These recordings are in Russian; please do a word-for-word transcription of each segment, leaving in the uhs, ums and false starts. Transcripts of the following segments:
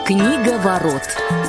Книга ворот.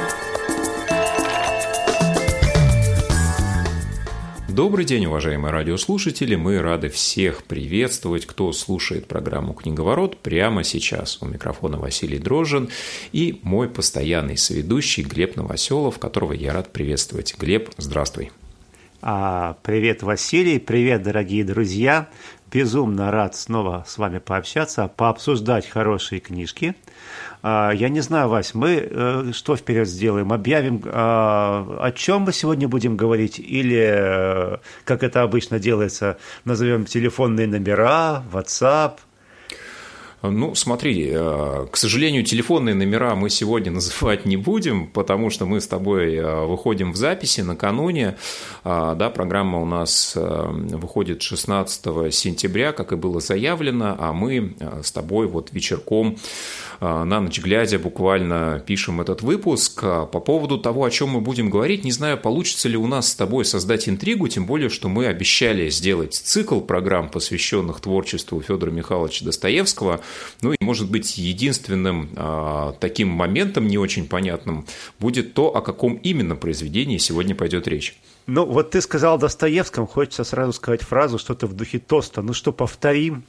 Добрый день, уважаемые радиослушатели! Мы рады всех приветствовать, кто слушает программу «Книговорот» прямо сейчас. У микрофона Василий Дрожжин и мой постоянный соведущий Глеб Новоселов, которого я рад приветствовать. Глеб, здравствуй! А, привет, Василий! Привет, дорогие друзья! Безумно рад снова с вами пообщаться, пообсуждать хорошие книжки. Я не знаю, Вась, мы что вперед сделаем? Объявим, о чем мы сегодня будем говорить? Или, как это обычно делается, назовем телефонные номера, WhatsApp? Ну, смотри, к сожалению, телефонные номера мы сегодня называть не будем, потому что мы с тобой выходим в записи накануне. Да, программа у нас выходит шестнадцатого сентября, как и было заявлено, а мы с тобой вот вечерком на ночь глядя буквально пишем этот выпуск. По поводу того, о чем мы будем говорить, не знаю, получится ли у нас с тобой создать интригу, тем более, что мы обещали сделать цикл программ, посвященных творчеству Федора Михайловича Достоевского. Ну и, может быть, единственным а, таким моментом, не очень понятным, будет то, о каком именно произведении сегодня пойдет речь. Ну, вот ты сказал о Достоевском, хочется сразу сказать фразу, что-то в духе тоста. Ну что, повторим?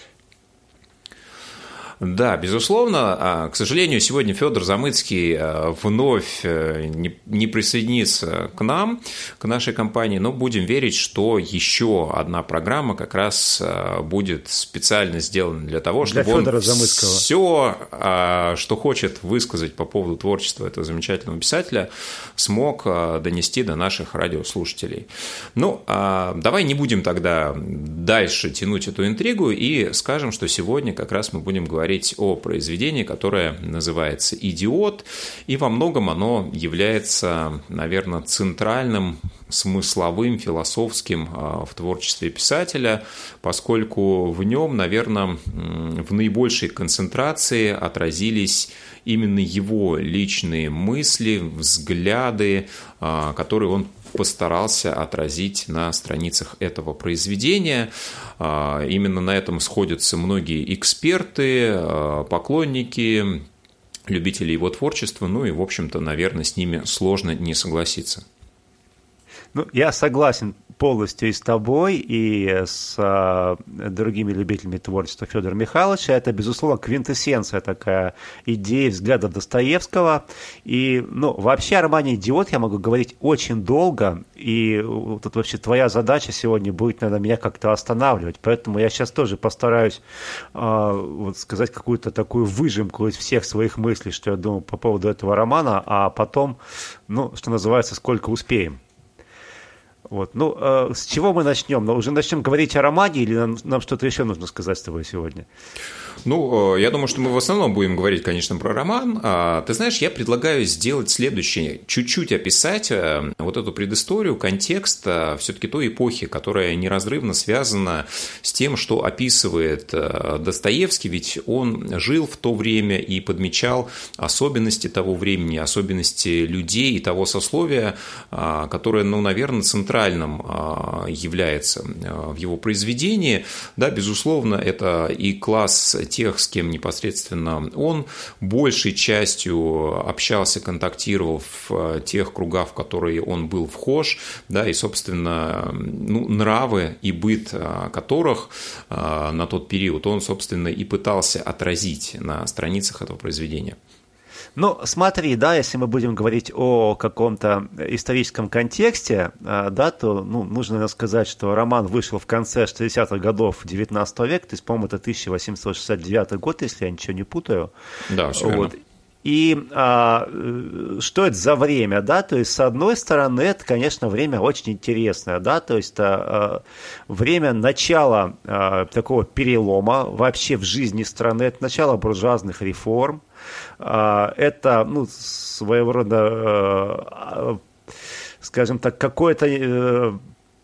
Да, безусловно. К сожалению, сегодня Федор Замыцкий вновь не присоединится к нам, к нашей компании, но будем верить, что еще одна программа как раз будет специально сделана для того, чтобы для Федора он Замыцкого. Все, что хочет высказать по поводу творчества этого замечательного писателя, смог донести до наших радиослушателей. Ну, давай не будем тогда дальше тянуть эту интригу и скажем, что сегодня как раз мы будем говорить о произведении, которое называется «Идиот», и во многом оно является, наверное, центральным, смысловым, философским в творчестве писателя, поскольку в нем, наверное, в наибольшей концентрации отразились именно его личные мысли, взгляды, которые он постарался отразить на страницах этого произведения. Именно на этом сходятся многие эксперты, поклонники, любители его творчества, ну и, в общем-то, наверное, с ними сложно не согласиться. Ну, я согласен полностью и с тобой, и с а, другими любителями творчества Федора Михайловича. Это, безусловно, квинтэссенция такая идеи, взглядов Достоевского. И, ну, вообще о романе «Идиот» я могу говорить очень долго, и тут вообще твоя задача сегодня будет, наверное, меня как-то останавливать. Поэтому я сейчас тоже постараюсь а, вот, сказать какую-то такую выжимку из всех своих мыслей, что я думаю по поводу этого романа, а потом, ну, что называется, сколько успеем. Вот. Ну, э, с чего мы начнем? Ну, уже начнем говорить о романе или нам, нам что-то еще нужно сказать с тобой сегодня? Ну, я думаю, что мы в основном будем говорить, конечно, про роман. Ты знаешь, я предлагаю сделать следующее. Чуть-чуть описать вот эту предысторию, контекст все-таки той эпохи, которая неразрывно связана с тем, что описывает Достоевский, ведь он жил в то время и подмечал особенности того времени, особенности людей и того сословия, которое, ну, наверное, центральным является в его произведении. Да, безусловно, это и класс тех, с кем непосредственно он большей частью общался, контактировал в тех кругах, в которые он был вхож, да, и, собственно, ну, нравы и быт которых на тот период он, собственно, и пытался отразить на страницах этого произведения. Ну, смотри, да, если мы будем говорить о каком-то историческом контексте, да, то, ну, нужно, наверное, сказать, что роман вышел в конце шестидесятых годов девятнадцатого века, то есть, по-моему, это тысяча восемьсот шестьдесят девятый год, если я ничего не путаю. Да, все верно. Вот. И а, что это за время, да, то есть, с одной стороны, это, конечно, время очень интересное, да, то есть, а, время начала а, такого перелома вообще в жизни страны, это начало буржуазных реформ, а, это, ну, своего рода, а, скажем так, какое-то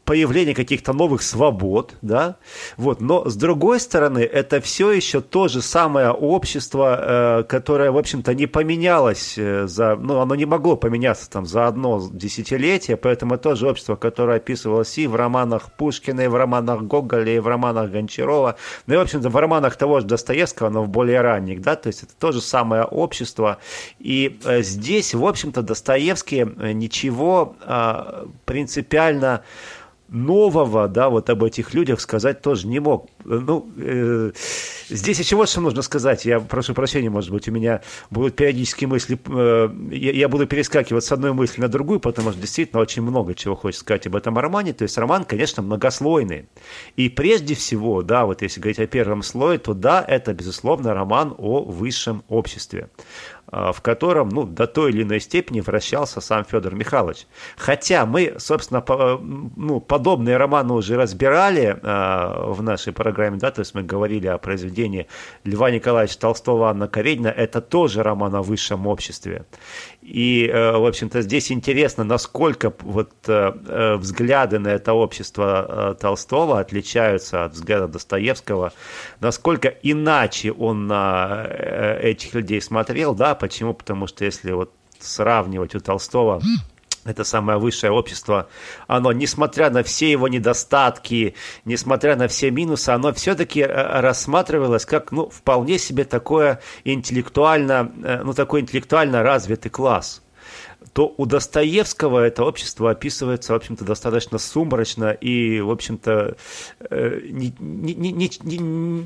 появление каких-то новых свобод, да, вот, но с другой стороны, это все еще то же самое общество, которое, в общем-то, не поменялось за, ну, оно не могло поменяться там за одно десятилетие, поэтому то же общество, которое описывалось и в романах Пушкина, и в романах Гоголя, и в романах Гончарова, ну и, в общем-то, в романах того же Достоевского, но в более ранних, да, то есть это то же самое общество, и здесь, в общем-то, Достоевский ничего принципиально нового, да, вот об этих людях сказать тоже не мог. Ну, э, здесь еще вот что нужно сказать. Я прошу прощения, может быть, у меня будут периодически мысли, э, я, я буду перескакивать с одной мысли на другую, потому что действительно очень много чего хочется сказать об этом романе. То есть роман, конечно, многослойный. И прежде всего, да, вот если говорить о первом слое, то да, это, безусловно, роман о высшем обществе, в котором, ну, до той или иной степени вращался сам Федор Михайлович. Хотя мы, собственно, по, ну, подобные романы уже разбирали э, в нашей программе, да, то есть мы говорили о произведении Льва Николаевича Толстого, Анна Каренина, это тоже роман о высшем обществе. И, э, в общем-то, здесь интересно, насколько вот э, взгляды на это общество э, Толстого отличаются от взгляда Достоевского, насколько иначе он на э, этих людей смотрел, да. Почему? Потому что если вот сравнивать у Толстого это самое высшее общество, оно, несмотря на все его недостатки, несмотря на все минусы, оно все-таки рассматривалось как, ну, вполне себе такое интеллектуально, ну, такой интеллектуально развитый класс. То у Достоевского это общество описывается, в общем-то, достаточно сумрачно и, в общем-то, ни, ни, ни, ни,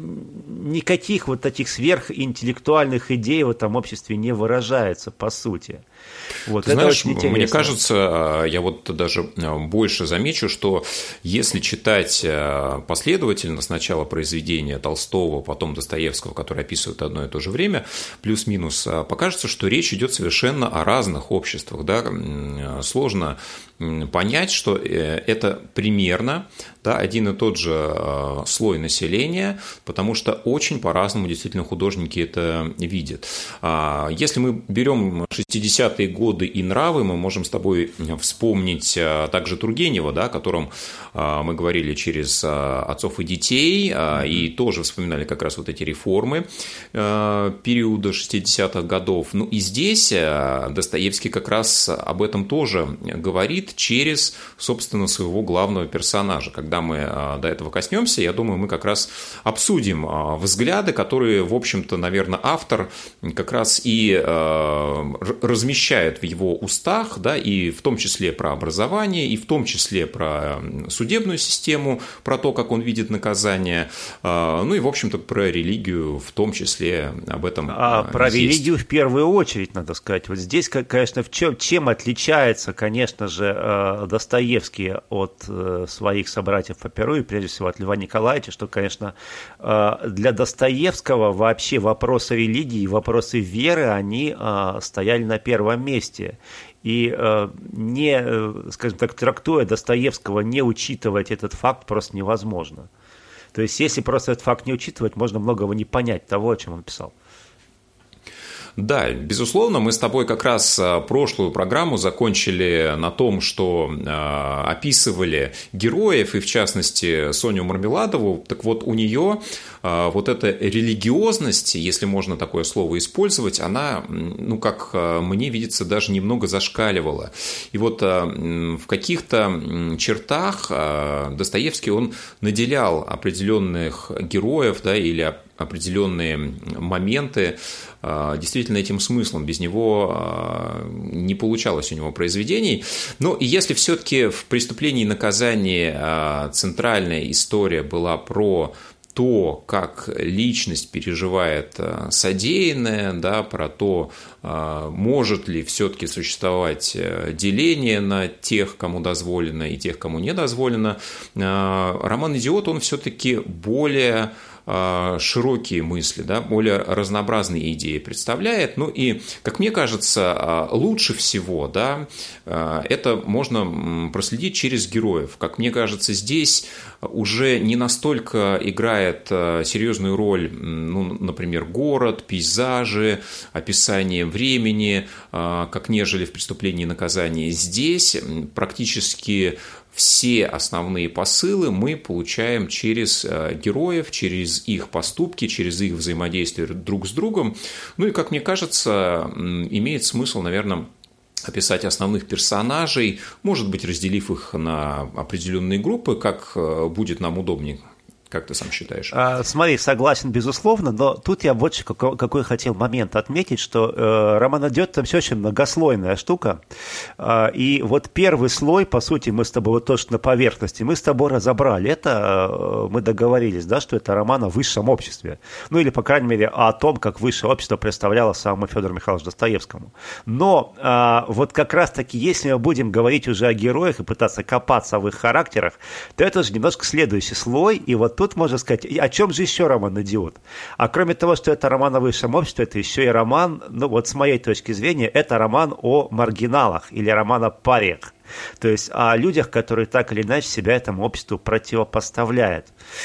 никаких вот таких сверхинтеллектуальных идей в этом обществе не выражается, по сути. Вот, Ты это знаешь, очень интересно. Мне кажется, я вот даже больше замечу, что если читать последовательно сначала произведения Толстого, потом Достоевского, которые описывают одно и то же время, плюс-минус, покажется, что речь идет совершенно о разных обществах. Да? Сложно понять, что это примерно, да, один и тот же слой населения, потому что очень по-разному действительно художники это видят. Если мы берем шестидесятые годы и нравы, мы можем с тобой вспомнить также Тургенева, да, о котором мы говорили через «Отцов и детей», и тоже вспоминали как раз вот эти реформы периода шестидесятых годов. Ну и здесь Достоевский как раз об этом тоже говорит через, собственно, своего главного персонажа. Когда мы до этого коснемся, я думаю, мы как раз обсудим взгляды, которые, в общем-то, наверное, автор как раз и размещает в его устах, да, и в том числе про образование, и в том числе про судебную систему, про то, как он видит наказание, ну и, в общем-то, про религию в том числе об этом А есть. про религию в первую очередь, надо сказать. Вот здесь, конечно, в чем, чем отличается, конечно же, Достоевский от своих собратьев по перу, и прежде всего от Льва Николаевича, что, конечно, для Достоевского вообще вопросы религии, вопросы веры, они стояли на первом месте. И не, скажем так, трактуя Достоевского, не учитывать этот факт просто невозможно. То есть, если просто этот факт не учитывать, можно многого не понять того, о чем он писал. Да, безусловно, мы с тобой как раз прошлую программу закончили на том, что описывали героев, и в частности Соню Мармеладову. Так вот, у нее вот эта религиозность, если можно такое слово использовать, она, ну, как мне видится, даже немного зашкаливала. И вот в каких-то чертах Достоевский, он наделял определенных героев, да, или определенные моменты действительно этим смыслом. Без него не получалось у него произведений. Но если все-таки в «Преступлении и наказании» центральная история была про то, как личность переживает содеянное, да, про то, может ли все-таки существовать деление на тех, кому дозволено, и тех, кому не дозволено, роман «Идиот», он все-таки более широкие мысли, да, более разнообразные идеи представляет. Ну и, как мне кажется, лучше всего, да, это можно проследить через героев. Как мне кажется, здесь уже не настолько играет серьезную роль, ну, например, город, пейзажи, описание времени, как нежели в «Преступлении и наказании». Здесь практически все основные посылы мы получаем через героев, через их поступки, через их взаимодействие друг с другом. Ну и, как мне кажется, имеет смысл, наверное, описать основных персонажей, может быть, разделив их на определенные группы, как будет нам удобнее. Как ты сам считаешь? А, смотри, согласен, безусловно, но тут я вот какой, какой хотел момент отметить, что э, роман «Идет» там все очень многослойная штука, э, и вот первый слой, по сути, мы с тобой вот точно на поверхности, мы с тобой разобрали, это э, мы договорились, да, что это роман о высшем обществе, ну или, по крайней мере, о том, как высшее общество представляло самому Федору Михайловичу Достоевскому. Но э, вот как раз-таки, если мы будем говорить уже о героях и пытаться копаться в их характерах, то это же немножко следующий слой, и вот тут можно сказать, о чем же еще роман «Идиот»? А кроме того, что это роман о высшем обществе, это еще и роман, ну вот с моей точки зрения, это роман о маргиналах или роман о париях. То есть о людях, которые так или иначе себя этому обществу противопоставляют.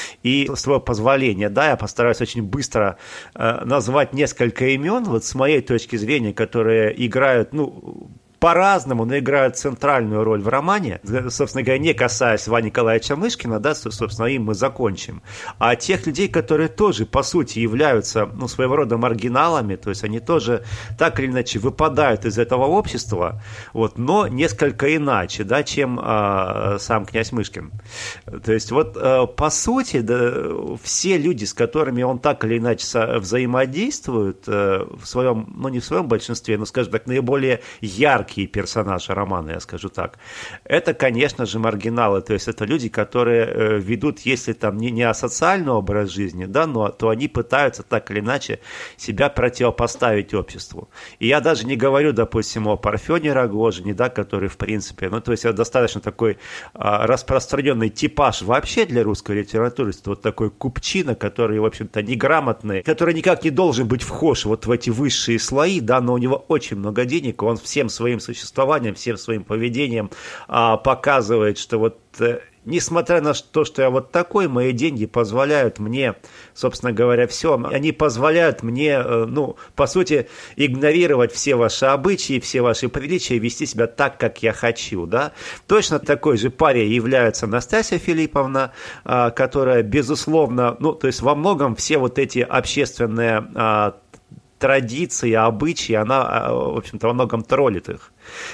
И с твоего позволения, да, я постараюсь очень быстро э, назвать несколько имен, вот с моей точки зрения, которые играют, ну, по-разному, но играют центральную роль в романе. Собственно говоря, не касаясь Ивана Николаевича Мышкина, да, собственно, им мы закончим. А тех людей, которые тоже, по сути, являются, ну, своего рода маргиналами, то есть они тоже так или иначе выпадают из этого общества, вот, но несколько иначе, да, чем э, сам князь Мышкин. То есть вот, э, по сути, да, все люди, с которыми он так или иначе взаимодействует э, в своем, ну, не в своем большинстве, но, скажем так, наиболее яркие персонажи романа, я скажу так, это, конечно же, маргиналы, то есть это люди, которые ведут, если там не, не асоциальный образ жизни, да, но то они пытаются так или иначе себя противопоставить обществу. И я даже не говорю, допустим, о Парфене Рогожине, да, который, в принципе, ну, то есть это достаточно такой а, распространенный типаж вообще для русской литературы, это вот такой купчина, который, в общем-то, неграмотный, который никак не должен быть вхож вот в эти высшие слои, да, но у него очень много денег, он всем своим существованием, всем своим поведением а, показывает, что вот э, несмотря на то, что я вот такой, мои деньги позволяют мне, собственно говоря, все, они позволяют мне, э, ну, по сути, игнорировать все ваши обычаи, все ваши приличия, вести себя так, как я хочу, да. Точно такой же паре является Настасья Филипповна, э, которая, безусловно, ну, то есть во многом все вот эти общественные э, традиции, обычаи, она, в общем-то, во многом троллит их.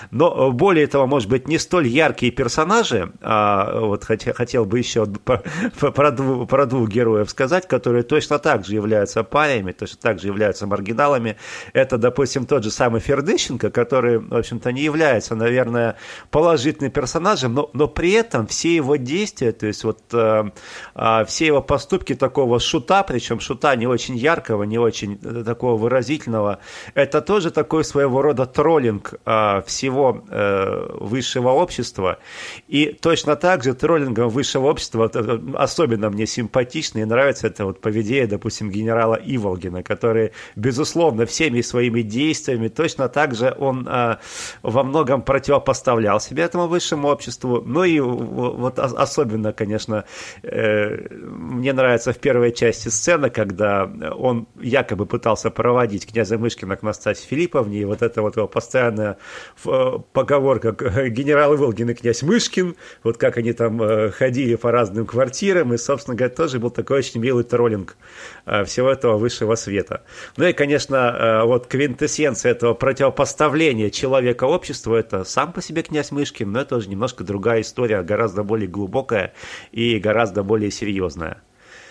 Но более того, может быть, не столь яркие персонажи, а вот хотел, хотел бы еще про, про, двух, про двух героев сказать, которые точно так же являются парями, точно так же являются маргиналами. Это, допустим, тот же самый Фердыщенко, который, в общем-то, не является, наверное, положительным персонажем, но, но при этом все его действия, то есть вот э, э, все его поступки такого шута, причем шута не очень яркого, не очень э, такого выразительного, это тоже такой своего рода троллинг э, всего э, высшего общества. И точно так же троллингом высшего общества особенно мне симпатично и нравится это вот поведение, допустим, генерала Иволгина, который, безусловно, всеми своими действиями точно так же он э, во многом противопоставлял себя этому высшему обществу. Ну и вот особенно, конечно, э, мне нравится в первой части сцена, когда он якобы пытался проводить князя Мышкина к Настасье Филипповне, и вот это вот его постоянная поговорка генерал Иволгин и князь Мышкин, вот как они там ходили по разным квартирам, и, собственно говоря, тоже был такой очень милый троллинг всего этого высшего света. Ну и, конечно, вот квинтэссенция этого противопоставления человека обществу, это сам по себе князь Мышкин, но это уже немножко другая история, гораздо более глубокая и гораздо более серьезная.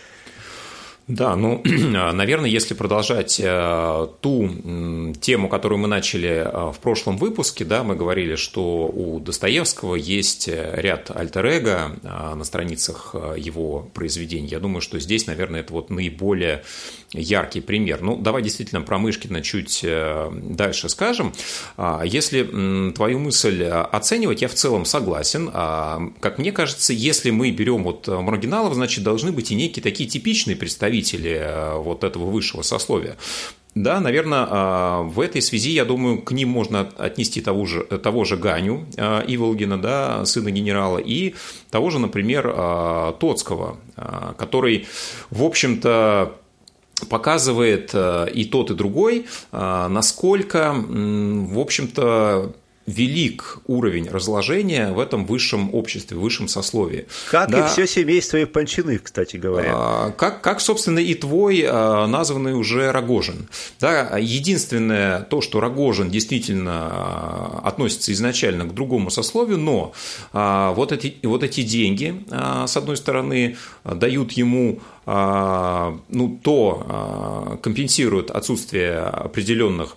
Да, ну, наверное, если продолжать э, ту э, тему, которую мы начали э, в прошлом выпуске, да, мы говорили, что у Достоевского есть ряд альтер-эго э, на страницах его произведений. Я думаю, что здесь, наверное, это вот наиболее яркий пример. Ну, давай действительно про Мышкина чуть э, дальше скажем. Э, если э, твою мысль оценивать, я в целом согласен. Э, как мне кажется, если мы берем вот маргиналов, значит, должны быть и некие такие типичные представители вот этого высшего сословия. Да, наверное, в этой связи, я думаю, к ним можно отнести того же, того же Ганю Иволгина, да, сына генерала, и того же, например, Тоцкого, который, в общем-то, показывает и тот, и другой, насколько, в общем-то, велик уровень разложения в этом высшем обществе, высшем сословии. Как да. и все семейство Иванчиных, кстати говоря. Как, как, собственно, и твой названный уже Рогожин. Да, единственное то, что Рогожин действительно относится изначально к другому сословию, но вот эти, вот эти деньги, с одной стороны, дают ему, ну, то компенсирует отсутствие определенных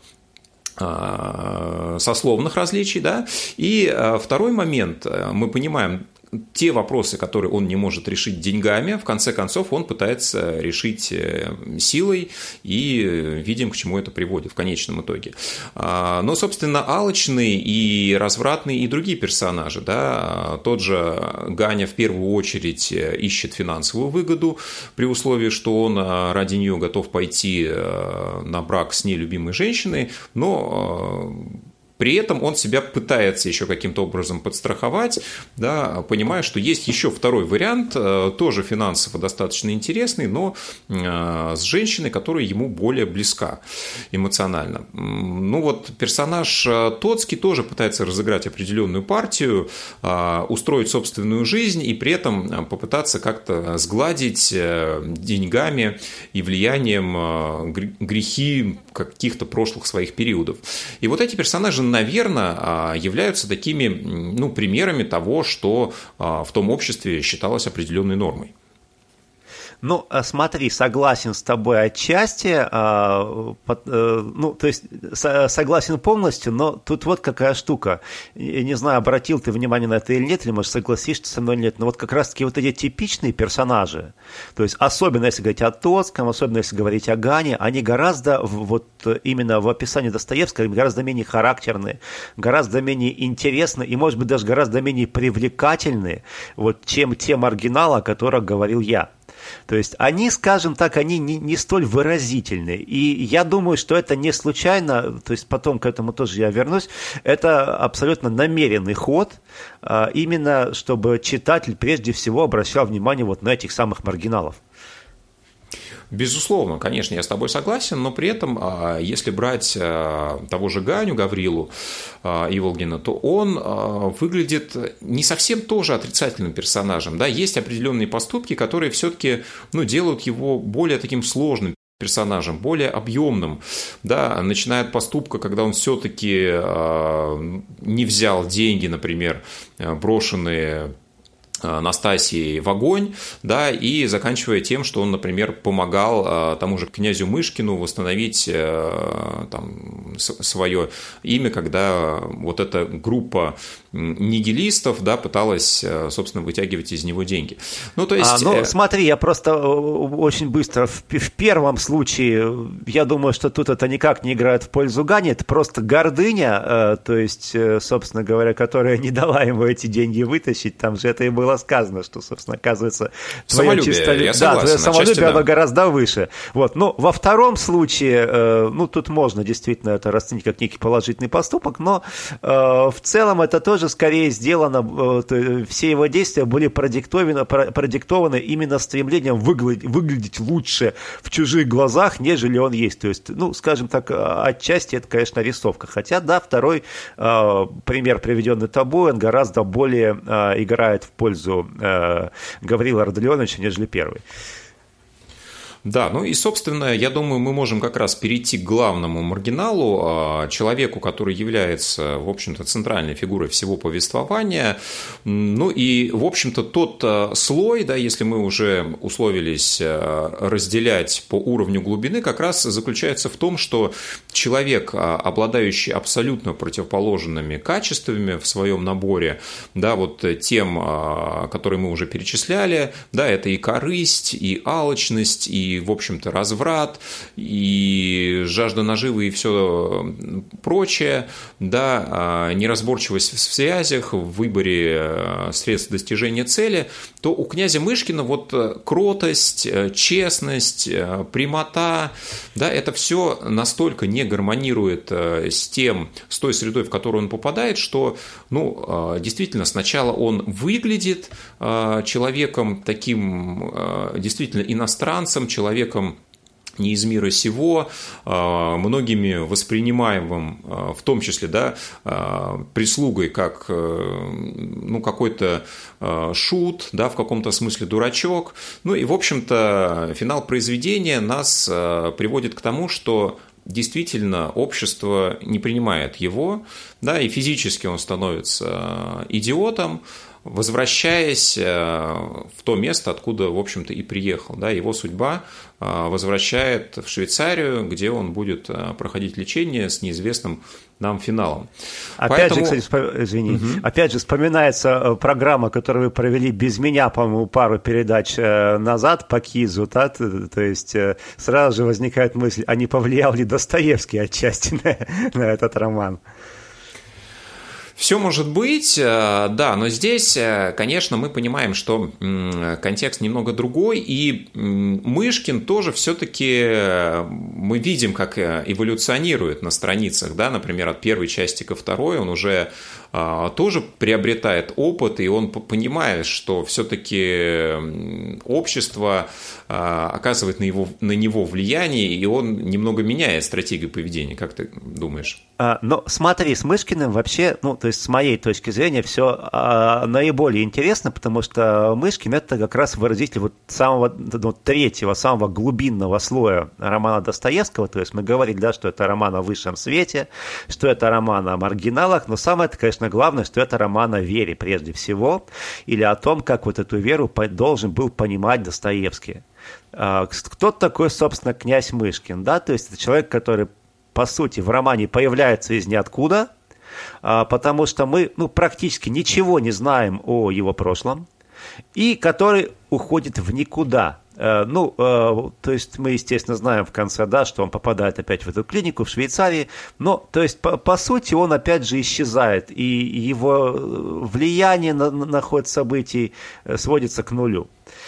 сословных различий, да, и второй момент, мы понимаем, те вопросы, которые он не может решить деньгами, в конце концов он пытается решить силой, и видим, к чему это приводит в конечном итоге. Но, собственно, алчные и развратные и другие персонажи, да, тот же Ганя в первую очередь ищет финансовую выгоду при условии, что он ради нее готов пойти на брак с нелюбимой женщиной, но при этом он себя пытается еще каким-то образом подстраховать, да, понимая, что есть еще второй вариант, тоже финансово достаточно интересный, но с женщиной, которая ему более близка эмоционально. Ну вот персонаж Тоцкий тоже пытается разыграть определенную партию, устроить собственную жизнь и при этом попытаться как-то сгладить деньгами и влиянием грехи каких-то прошлых своих периодов. И вот эти персонажи, наверное, являются такими, ну, примерами того, что в том обществе считалось определенной нормой. Ну, смотри, согласен с тобой отчасти, ну, то есть согласен полностью, но тут вот какая штука. Я не знаю, обратил ты внимание на это или нет, или, может, согласишься со мной или нет, но вот как раз-таки вот эти типичные персонажи, то есть особенно если говорить о Тоцком, особенно если говорить о Гане, они гораздо, вот именно в описании Достоевского, гораздо менее характерные, гораздо менее интересны и, может быть, даже гораздо менее привлекательны, вот, чем те маргиналы, о которых говорил я. То есть они, скажем так, они не, не столь выразительны. И я думаю, что это не случайно, то есть потом к этому тоже я вернусь, это абсолютно намеренный ход, именно чтобы читатель прежде всего обращал внимание вот на этих самых маргиналов. Безусловно, конечно, я с тобой согласен, но при этом, если брать того же Ганю, Гаврилу Иволгина, то он выглядит не совсем тоже отрицательным персонажем. Да? Есть определенные поступки, которые все-таки, ну, делают его более таким сложным персонажем, более объемным, да, начиная от поступка, когда он все-таки не взял деньги, например, брошенные Настасьей в огонь, да, и заканчивая тем, что он, например, помогал тому же князю Мышкину восстановить там свое имя, когда вот эта группа нигилистов, да, пыталась, собственно, вытягивать из него деньги. Ну, то есть... А, ну, смотри, я просто очень быстро, в, в первом случае, я думаю, что тут это никак не играет в пользу Гани, это просто гордыня, то есть, собственно говоря, которая не дала ему эти деньги вытащить, там же это и было сказано, что, собственно, оказывается, твое чистолюбие, да, твое самолюбие, да, оно гораздо выше. Вот. Ну, во втором случае, ну, тут можно действительно это расценить как некий положительный поступок, но в целом это тоже скорее сделано, все его действия были продиктованы, продиктованы именно стремлением выглядеть, выглядеть лучше в чужих глазах, нежели он есть. То есть, ну, скажем так, отчасти это, конечно, рисовка. Хотя, да, второй пример, приведенный тобой, он гораздо более играет в пользу Гаврила Ардалионовича, нежели первый. Да, ну и, собственно, я думаю, мы можем как раз перейти к главному маргиналу, человеку, который является, в общем-то, центральной фигурой всего повествования. Ну и, в общем-то, тот слой, да, если мы уже условились разделять по уровню глубины, как раз заключается в том, что человек, обладающий абсолютно противоположными качествами в своем наборе, да, вот тем, которые мы уже перечисляли, да, это и корысть, и алчность, и И, в общем-то, разврат, и жажда наживы, и все прочее, да, неразборчивость в связях, в выборе средств достижения цели, то у князя Мышкина вот кротость, честность, прямота, да, это все настолько не гармонирует с тем, с той средой, в которую он попадает, что, ну, действительно, сначала он выглядит человеком таким, действительно, иностранцем, человеком, не из мира сего, многими воспринимаемым, в том числе, да, прислугой, как ну, какой-то шут, да, в каком-то смысле дурачок. Ну и, в общем-то, финал произведения нас приводит к тому, что действительно общество не принимает его, да, и физически он становится идиотом, возвращаясь в то место, откуда, в общем-то, и приехал. Да, его судьба возвращает в Швейцарию, где он будет проходить лечение с неизвестным нам финалом. Опять Поэтому... же, кстати, извини, угу. опять же вспоминается программа, которую вы провели без меня, по-моему, пару передач назад по КИЗу, да? То есть сразу же возникает мысль, а не повлиял ли Достоевский отчасти на, на этот роман? Все может быть, да, но здесь, конечно, мы понимаем, что контекст немного другой, и Мышкин тоже все-таки мы видим, как эволюционирует на страницах, да, например, от первой части ко второй, он уже тоже приобретает опыт, и он понимает, что все-таки общество оказывает на, его, на него влияние, и он немного меняет стратегию поведения. Как ты думаешь? А, ну, смотри, с Мышкиным вообще, ну, то есть с моей точки зрения, все а, наиболее интересно, потому что Мышкин – это как раз выразитель вот самого ну, третьего, самого глубинного слоя романа Достоевского. То есть мы говорили, да, что это роман о высшем свете, что это роман о маргиналах, но самое, конечно, главное, что это роман о вере прежде всего, или о том, как вот эту веру должен был понимать Достоевский. Кто такой, собственно, князь Мышкин? Да? То есть это человек, который, по сути, в романе появляется из ниоткуда, потому что мы ну, практически ничего не знаем о его прошлом, и который уходит в никуда. Ну, то есть мы, естественно, знаем в конце, да, что он попадает опять в эту клинику в Швейцарии, но, то есть, по, по сути, он опять же исчезает, и его влияние на, на ход событий сводится к нулю.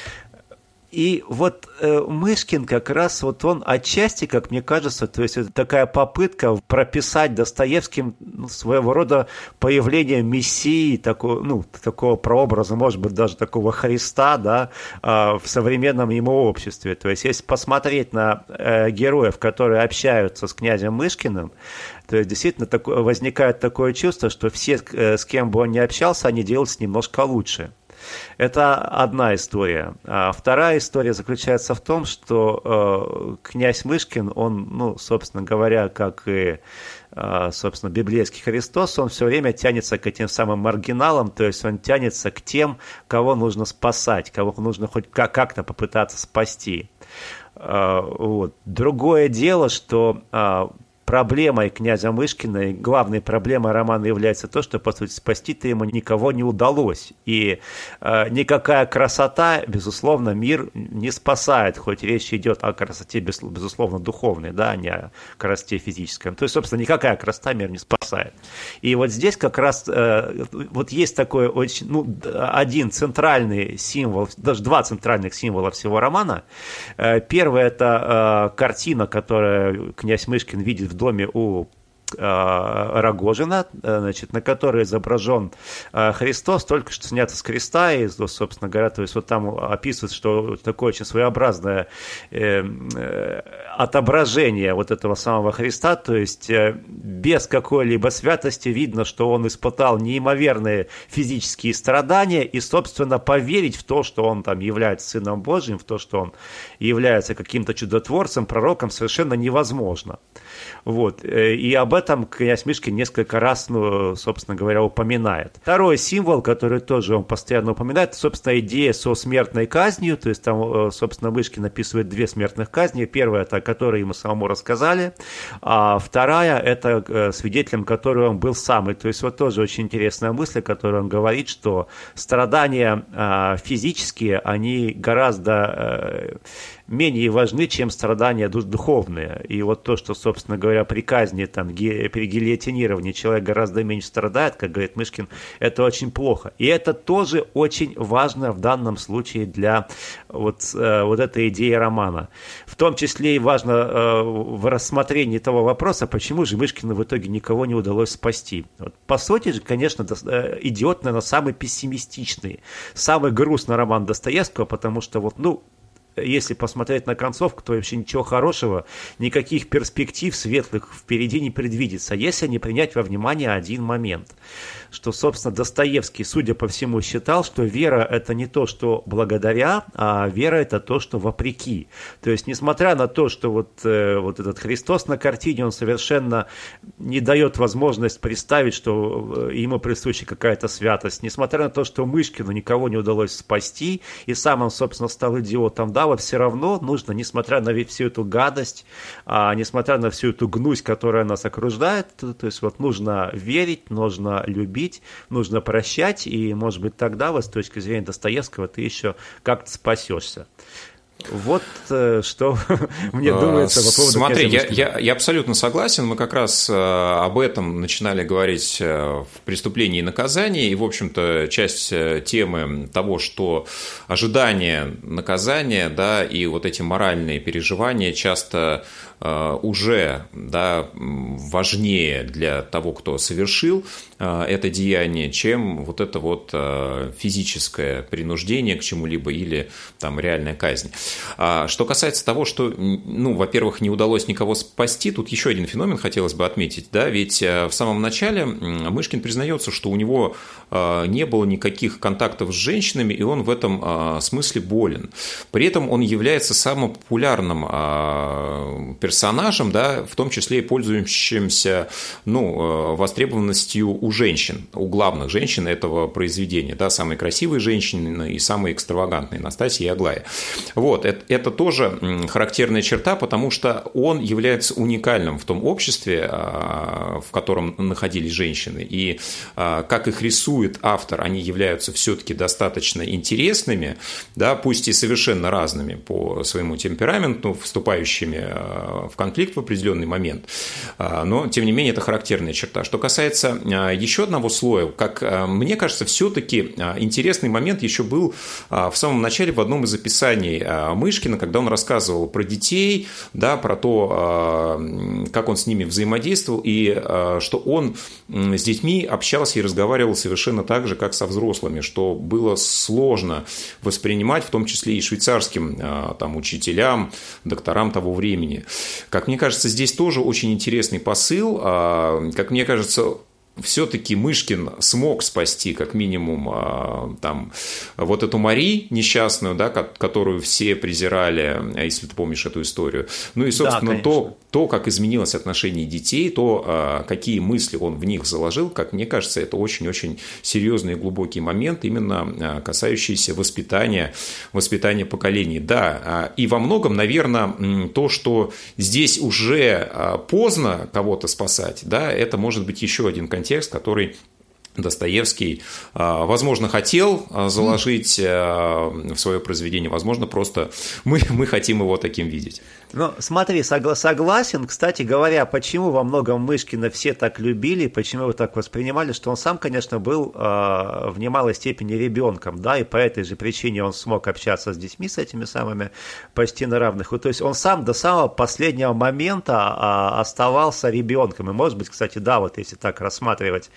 И вот э, Мышкин как раз, вот он отчасти, как мне кажется, то есть это такая попытка прописать Достоевским ну, своего рода появление мессии, такого, ну, такого прообраза, может быть, даже такого Христа, да, э, в современном ему обществе. То есть если посмотреть на э, героев, которые общаются с князем Мышкиным, то есть действительно такое, возникает такое чувство, что все, э, с кем бы он ни общался, они делаются немножко лучше. Это одна история. А вторая история заключается в том, что э, князь Мышкин, он, ну, собственно говоря, как и, э, собственно, библейский Христос, он все время тянется к этим самым маргиналам, то есть он тянется к тем, кого нужно спасать, кого нужно хоть как-то попытаться спасти. Э, вот. Другое дело, что э, проблемой князя Мышкина и главной проблемой романа является то, что, по сути, спасти-то ему никого не удалось. И э, никакая красота, безусловно, мир не спасает, хоть речь идет о красоте, безусловно, духовной, да, а не о красоте физической. То есть, собственно, никакая красота мир не спасает. И вот здесь как раз э, вот есть такой очень, ну, один центральный символ, даже два центральных символа всего романа. Э, первый – это э, картина, которую князь Мышкин видит в в доме у э, Рогожина, значит, на которой изображен э, Христос, только что снято с креста, и, собственно говоря, то есть вот там описывается, что такое очень своеобразное э, э, отображение вот этого самого Христа, то есть э, без какой-либо святости видно, что он испытал неимоверные физические страдания, и, собственно, поверить в то, что он там является Сыном Божьим, в то, что он является каким-то чудотворцем, пророком, совершенно невозможно. Вот. И об этом князь Мышкин несколько раз, ну, собственно говоря, упоминает. Второй символ, который тоже он постоянно упоминает, собственно, идея со смертной казнью. То есть там, собственно, Мышкин описывает две смертных казни. Первая – это, о которой ему самому рассказали, а вторая – это свидетелем которой он был сам. И, то есть вот тоже очень интересная мысль, которую он говорит, что страдания а, физические, они гораздо а, менее важны, чем страдания духовные. И вот то, что, собственно говоря, при казни, там, при гильотинировании человек гораздо меньше страдает, как говорит Мышкин, это очень плохо. И это тоже очень важно в данном случае для вот, вот этой идеи романа. В том числе и важно в рассмотрении того вопроса, почему же Мышкину в итоге никого не удалось спасти. Вот, по сути же, конечно, «Идиот», наверное, самый пессимистичный, самый грустный роман Достоевского, потому что вот, ну, если посмотреть на концовку, то вообще ничего хорошего, никаких перспектив светлых впереди не предвидится, если не принять во внимание один момент, что, собственно, Достоевский, судя по всему, считал, что вера – это не то, что благодаря, а вера – это то, что вопреки. То есть, несмотря на то, что вот, э, вот этот Христос на картине, он совершенно не дает возможность представить, что ему присуща какая-то святость, несмотря на то, что Мышкину никого не удалось спасти, и сам он, собственно, стал идиотом, да, вот все равно нужно, несмотря на всю эту гадость, а, несмотря на всю эту гнусь, которая нас окружает, то, то есть вот нужно верить, нужно любить, нужно прощать, и, может быть, тогда, вот с точки зрения Достоевского, ты еще как-то спасешься. Вот э, что мне думается по поводу... Смотри, я, я, я абсолютно согласен. Мы как раз э, об этом начинали говорить э, в «Преступлении и наказании». И, в общем-то, часть э, темы того, что ожидание наказания, да, и вот эти моральные переживания часто э, уже, да, важнее для того, кто совершил э, это деяние, чем вот это вот э, физическое принуждение к чему-либо или там реальная казнь. Что касается того, что, ну, во-первых, не удалось никого спасти, тут еще один феномен хотелось бы отметить, да, ведь в самом начале Мышкин признается, что у него не было никаких контактов с женщинами, и он в этом смысле болен. При этом он является самым популярным персонажем, да, в том числе и пользующимся, ну, востребованностью у женщин, у главных женщин этого произведения, да, самые красивые женщины и самые экстравагантные, Настасья и Аглая. Вот. Вот, это тоже характерная черта, потому что он является уникальным в том обществе, в котором находились женщины. И как их рисует автор, они являются все-таки достаточно интересными, да, пусть и совершенно разными по своему темпераменту, вступающими в конфликт в определенный момент. Но, тем не менее, это характерная черта. Что касается еще одного слоя, как мне кажется, все-таки интересный момент еще был в самом начале в одном из описаний Мышкина, когда он рассказывал про детей, да, про то, как он с ними взаимодействовал, и что он с детьми общался и разговаривал совершенно так же, как со взрослыми, что было сложно воспринимать, в том числе и швейцарским там, учителям, докторам того времени. Как мне кажется, здесь тоже очень интересный посыл. Как мне кажется, все-таки Мышкин смог спасти, как минимум, там, вот эту Мари несчастную, да, которую все презирали, если ты помнишь эту историю. Ну и, собственно, да, то, то, как изменилось отношение детей, то, какие мысли он в них заложил, как мне кажется, это очень-очень серьезный и глубокий момент, именно касающийся воспитания, воспитания поколений. Да, и во многом, наверное, то, что здесь уже поздно кого-то спасать, да, это может быть еще один контекст, текст, который Достоевский, возможно, хотел заложить в свое произведение, возможно, просто мы, мы хотим его таким видеть. Ну, смотри, согла- согласен. Кстати говоря, почему во многом Мышкина все так любили, почему его так воспринимали, что он сам, конечно, был э, в немалой степени ребенком, да, и по этой же причине он смог общаться с детьми, с этими самыми почти на равных. То есть он сам до самого последнего момента э, оставался ребенком. И, может быть, кстати, да, вот если так рассматривать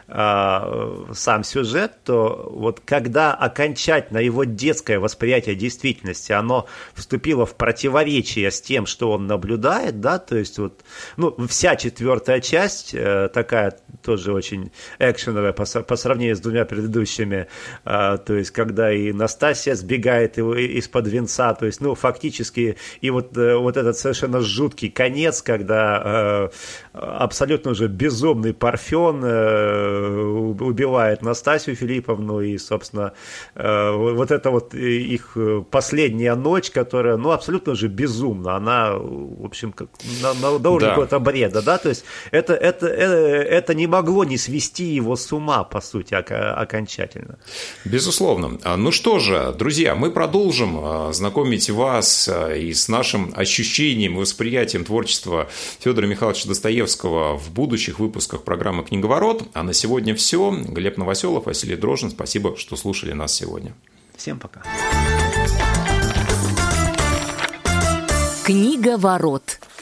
э, сам сюжет, то вот когда окончательно его детское восприятие действительности, оно вступило в противоречие с тем, что он наблюдает, да, то есть вот, ну, вся четвертая часть э, такая тоже очень экшеновая по, по сравнению с двумя предыдущими, э, то есть когда и Настасья сбегает его из-под венца, то есть, ну, фактически, и вот, э, вот этот совершенно жуткий конец, когда э, абсолютно уже безумный Парфен э, убивает Настасью Филипповну, и, собственно, э, вот это вот их последняя ночь, которая, ну, абсолютно уже безумна, она, в общем, как на, на, на уровне да. какого-то бреда, да, то есть это, это, это, это не могло не свести его с ума, по сути, окончательно. Безусловно. Ну что же, друзья, мы продолжим знакомить вас и с нашим ощущением, восприятием творчества Федора Михайловича Достоевского в будущих выпусках программы «Книговорот». А на сегодня все. Глеб Новоселов, Василий Дрожжин. Спасибо, что слушали нас сегодня. Всем пока. Книговорот.